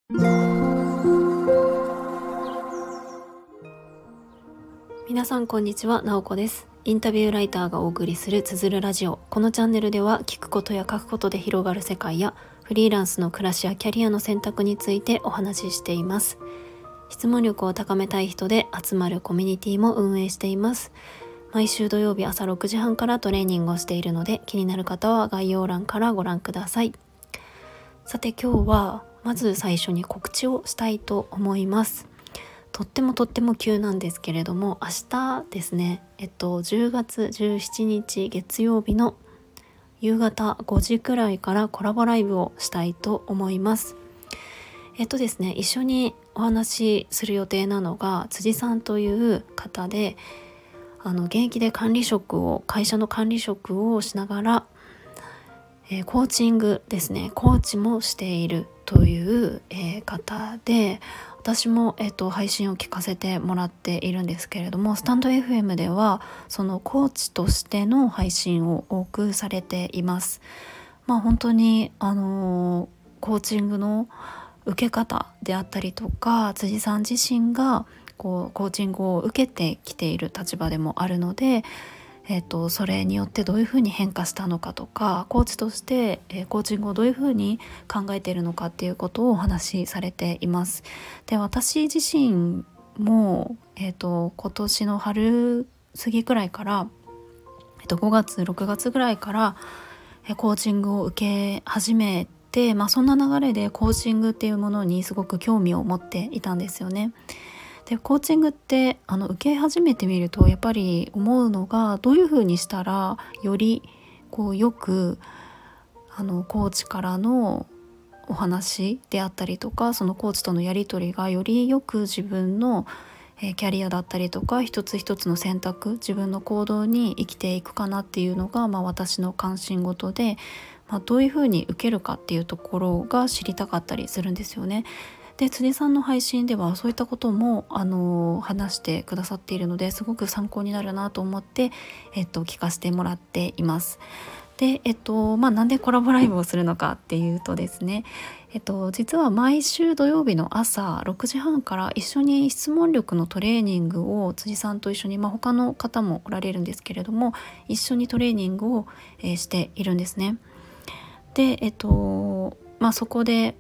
皆さんこんにちは、なおこです。インタビューライターがお送りするつづるラジオ。このチャンネルでは聞くことや書くことで広がる世界やフリーランスの暮らしやキャリアの選択についてお話ししています。質問力を高めたい人で集まるコミュニティも運営しています。毎週土曜日朝6時半からトレーニングをしているので、気になる方は概要欄からご覧ください。さて今日はまず最初に告知をしたいと思います。とっても急なんですけれども、明日ですね、10月17日月曜日の夕方5時くらいからコラボライブをしたいと思います。ですね、一緒にお話しする予定なのが辻さんという方で、現役で会社の管理職をしながら、コーチングですね、コーチもしているという、方で、私も、配信を聞かせてもらっているんですけれども、スタンド FM ではそのコーチとしての配信を多くされています。本当にコーチングの受け方であったりとか、辻さん自身がコーチングを受けてきている立場でもあるので、それによってどういうふうに変化したのかとか、コーチとして、コーチングをどういうふうに考えているのかっていうことをお話しされています。で、私自身も、今年の春過ぎくらいから、5月6月ぐらいから、コーチングを受け始めて、そんな流れでコーチングっていうものにすごく興味を持っていたんですよね。で、コーチングって受け始めてみるとやっぱり思うのが、どういうふうにしたらよりよくコーチからのお話であったりとか、そのコーチとのやり取りがよりよく自分のキャリアだったりとか、一つ一つの選択、自分の行動に生きていくかなっていうのが、私の関心事で、どういうふうに受けるかっていうところが知りたかったりするんですよね。で、辻さんの配信ではそういったことも話してくださっているので、すごく参考になるなと思って、聞かせてもらっています。で、なんでコラボライブをするのかっていうとですね、実は毎週土曜日の朝6時半から一緒に質問力のトレーニングを辻さんと一緒に、他の方もおられるんですけれども、一緒にトレーニングを、しているんですね。で、そこで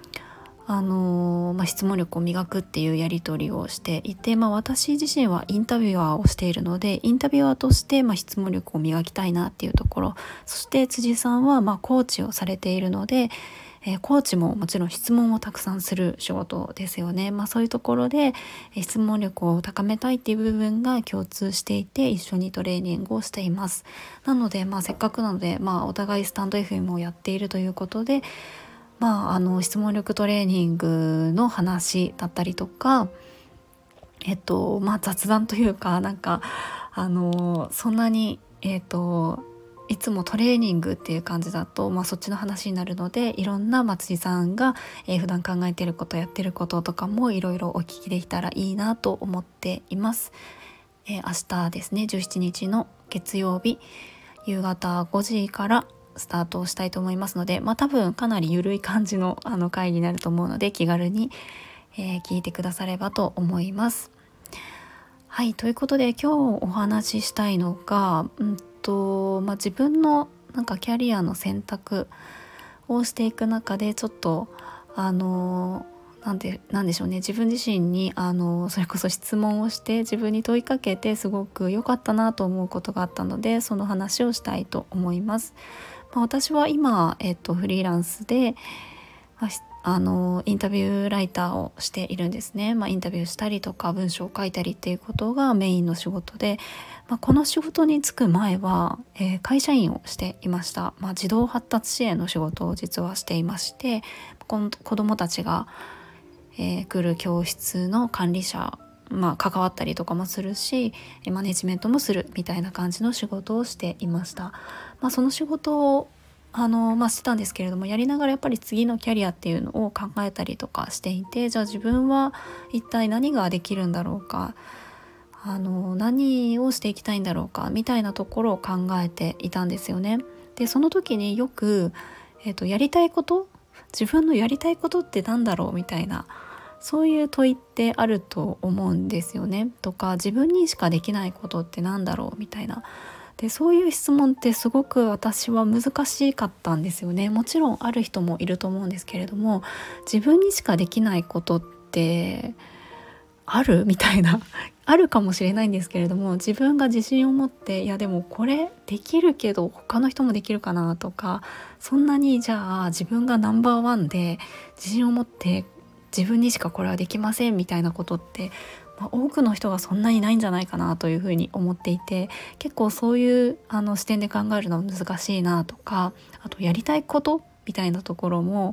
質問力を磨くっていうやり取りをしていて、私自身はインタビュアーをしているので、インタビュアーとして、質問力を磨きたいなっていうところ、そして辻さんはコーチをされているので、コーチももちろん質問をたくさんする仕事ですよね。そういうところで質問力を高めたいっていう部分が共通していて、一緒にトレーニングをしています。なので、せっかくなので、お互いスタンド FM をやっているということで、質問力トレーニングの話だったりとか、雑談というか、そんなにいつもトレーニングっていう感じだと、そっちの話になるので、いろんな辻さんが、普段考えていること、やってることとかもいろいろお聞きできたらいいなと思っています。明日ですね、17日の月曜日夕方5時からスタートをしたいと思いますので、多分かなり緩い感じの会になると思うので、気軽に、聞いてくださればと思います。はい、ということで今日お話ししたいのが、自分のキャリアの選択をしていく中で、ちょっとなんでしょうね、自分自身にそれこそ質問をして自分に問いかけて、すごく良かったなと思うことがあったので、その話をしたいと思います。私は今、フリーランスで、インタビューライターをしているんですね。インタビューしたりとか文章を書いたりっていうことがメインの仕事で、この仕事に就く前は、会社員をしていました。児童発達支援の仕事を実はしていまして、子どもたちが、来る教室の管理者、関わったりとかもするし、マネジメントもするみたいな感じの仕事をしていました。その仕事をしてたんですけれども、やりながらやっぱり次のキャリアっていうのを考えたりとかしていて、じゃあ自分は一体何ができるんだろうか、何をしていきたいんだろうかみたいなところを考えていたんですよね。で、その時によく、やりたいこと自分のやりたいことってなんだろうみたいな、そういう問いってあると思うんですよね。とか自分にしかできないことってなんだろうみたいな。でそういう質問ってすごく私は難しかったんですよね。もちろんある人もいると思うんですけれども、自分にしかできないことってあるみたいなあるかもしれないんですけれども、自分が自信を持って、いやでもこれできるけど他の人もできるかなとか、そんなにじゃあ自分がナンバーワンで自信を持って自分にしかこれはできませんみたいなことって、多くの人がそんなにないんじゃないかなというふうに思っていて、結構そういう視点で考えるのは難しいなとか、あとやりたいことみたいなところも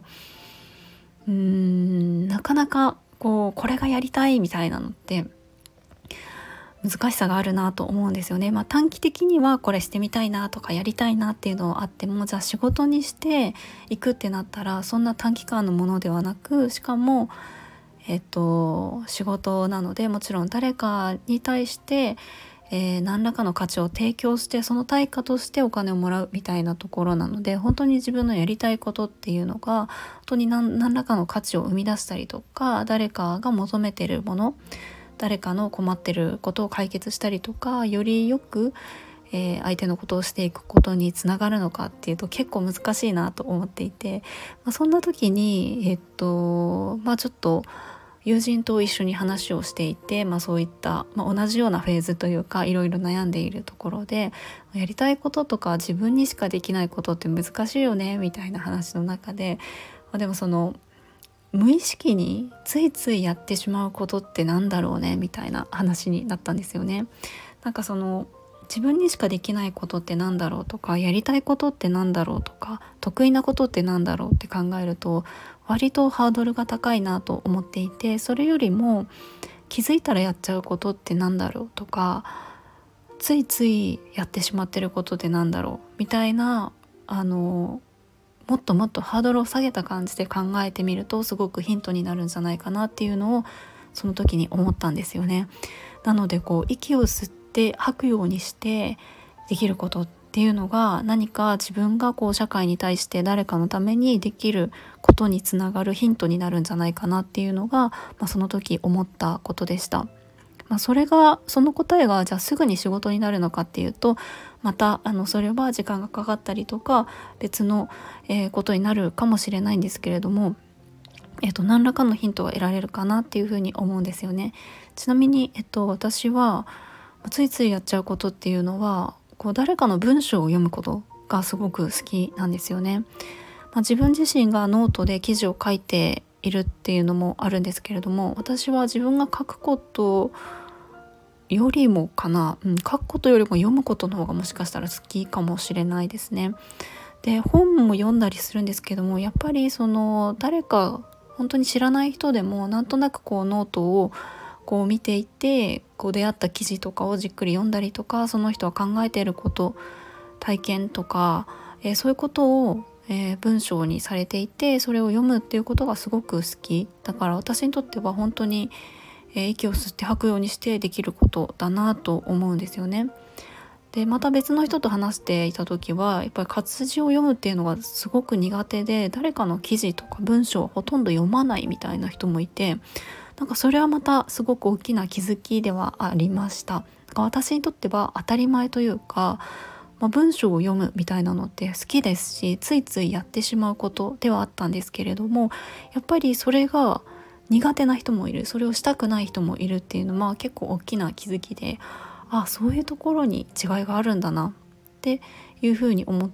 なかなかこれがやりたいみたいなのって難しさがあるなと思うんですよね。短期的にはこれしてみたいなとかやりたいなっていうのはあっても、じゃあ仕事にしていくってなったらそんな短期間のものではなく、しかも仕事なので、もちろん誰かに対して、何らかの価値を提供して、その対価としてお金をもらうみたいなところなので、本当に自分のやりたいことっていうのが本当に何らかの価値を生み出したりとか、誰かが求めてるもの、誰かの困ってることを解決したりとか、よりよく、相手のことをしていくことにつながるのかっていうと結構難しいなと思っていて、そんな時にちょっと友人と一緒に話をしていて、そういった、同じようなフェーズというかいろいろ悩んでいるところで、やりたいこととか自分にしかできないことって難しいよねみたいな話の中で、でもその無意識についついやってしまうことってなんだろうねみたいな話になったんですよね。なんかその自分にしかできないことってなんだろうとか、やりたいことってなんだろうとか、得意なことってなんだろうって考えると割とハードルが高いなと思っていて、それよりも気づいたらやっちゃうことってなんだろうとか、ついついやってしまってることってなんだろうみたいな、もっともっとハードルを下げた感じで考えてみるとすごくヒントになるんじゃないかなっていうのをその時に思ったんですよね。なので息を吸って吐くようにしてできることっていうのが、何か自分が社会に対して誰かのためにできることにつながるヒントになるんじゃないかなっていうのが、その時思ったことでした。その答えがじゃあすぐに仕事になるのかっていうと、またそれは時間がかかったりとか別の、ことになるかもしれないんですけれども、何らかのヒントが得られるかなっていうふうに思うんですよね。ちなみに、私はついついやっちゃうことっていうのは、誰かの文章を読むことがすごく好きなんですよね。自分自身がノートで記事を書いているっていうのもあるんですけれども、私は自分が書くことよりも書くことよりも読むことの方がもしかしたら好きかもしれないですね。で本も読んだりするんですけども、やっぱり誰か本当に知らない人でもなんとなくノートを見ていて、出会った記事とかをじっくり読んだりとか、その人は考えていること、体験とか、そういうことを、文章にされていて、それを読むっていうことがすごく好きだから、私にとっては本当に、息を吸って吐くようにしてできることだなと思うんですよね。でまた別の人と話していた時は、やっぱり活字を読むっていうのがすごく苦手で、誰かの記事とか文章をほとんど読まないみたいな人もいて、それはまたすごく大きな気づきではありました。私にとっては当たり前というか、文章を読むみたいなのって好きですし、ついついやってしまうことではあったんですけれども、やっぱりそれが苦手な人もいる、それをしたくない人もいるっていうのは結構大きな気づきで、そういうところに違いがあるんだなっていうふうに思って、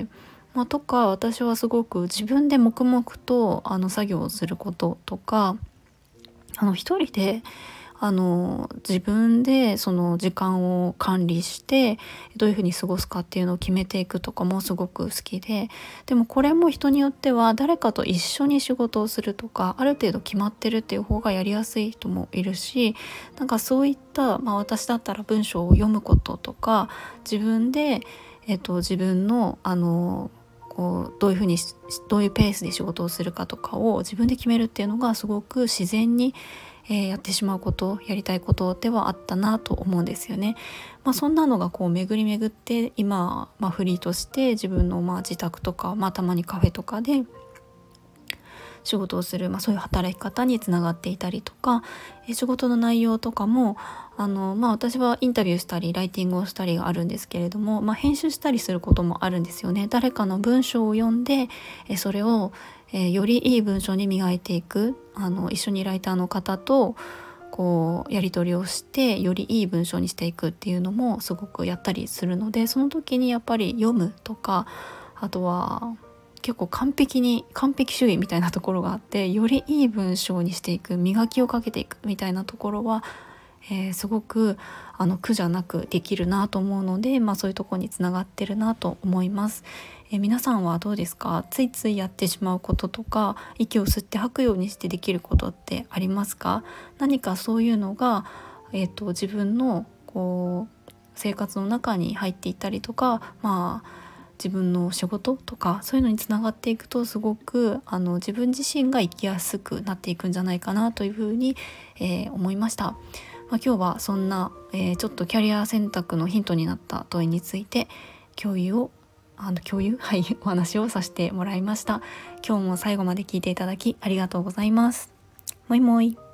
とか私はすごく自分で黙々と作業をすることとか、一人で自分でその時間を管理してどういうふうに過ごすかっていうのを決めていくとかもすごく好きで、でもこれも人によっては誰かと一緒に仕事をするとか、ある程度決まってるっていう方がやりやすい人もいるし、そういった、私だったら文章を読むこととか、自分で、自分のどういうふうにどういうペースで仕事をするかとかを自分で決めるっていうのがすごく自然にやってしまうこと、やりたいことではあったなと思うんですよね。そんなのが巡り巡って今、フリーとして自分の自宅とか、たまにカフェとかで仕事をする、そういう働き方につながっていたりとか、仕事の内容とかも私はインタビューしたりライティングをしたりがあるんですけれども、編集したりすることもあるんですよね。誰かの文章を読んでそれをよりいい文章に磨いていく、一緒にライターの方とやり取りをしてよりいい文章にしていくっていうのもすごくやったりするので、その時にやっぱり読むとか、あとは結構完璧主義みたいなところがあって、よりいい文章にしていく、磨きをかけていくみたいなところは、すごく苦じゃなくできるなと思うので、そういうところにつながってるなと思います。皆さんはどうですか？ついついやってしまうこととか、息を吸って吐くようにしてできることってありますか？何かそういうのが、自分の生活の中に入っていったりとか、自分の仕事とかそういうのにつながっていくと、すごく自分自身が生きやすくなっていくんじゃないかなというふうに、思いました。今日はそんな、ちょっとキャリア選択のヒントになった問いについてお話をさせてもらいました。今日も最後まで聞いていただきありがとうございます。もいもい。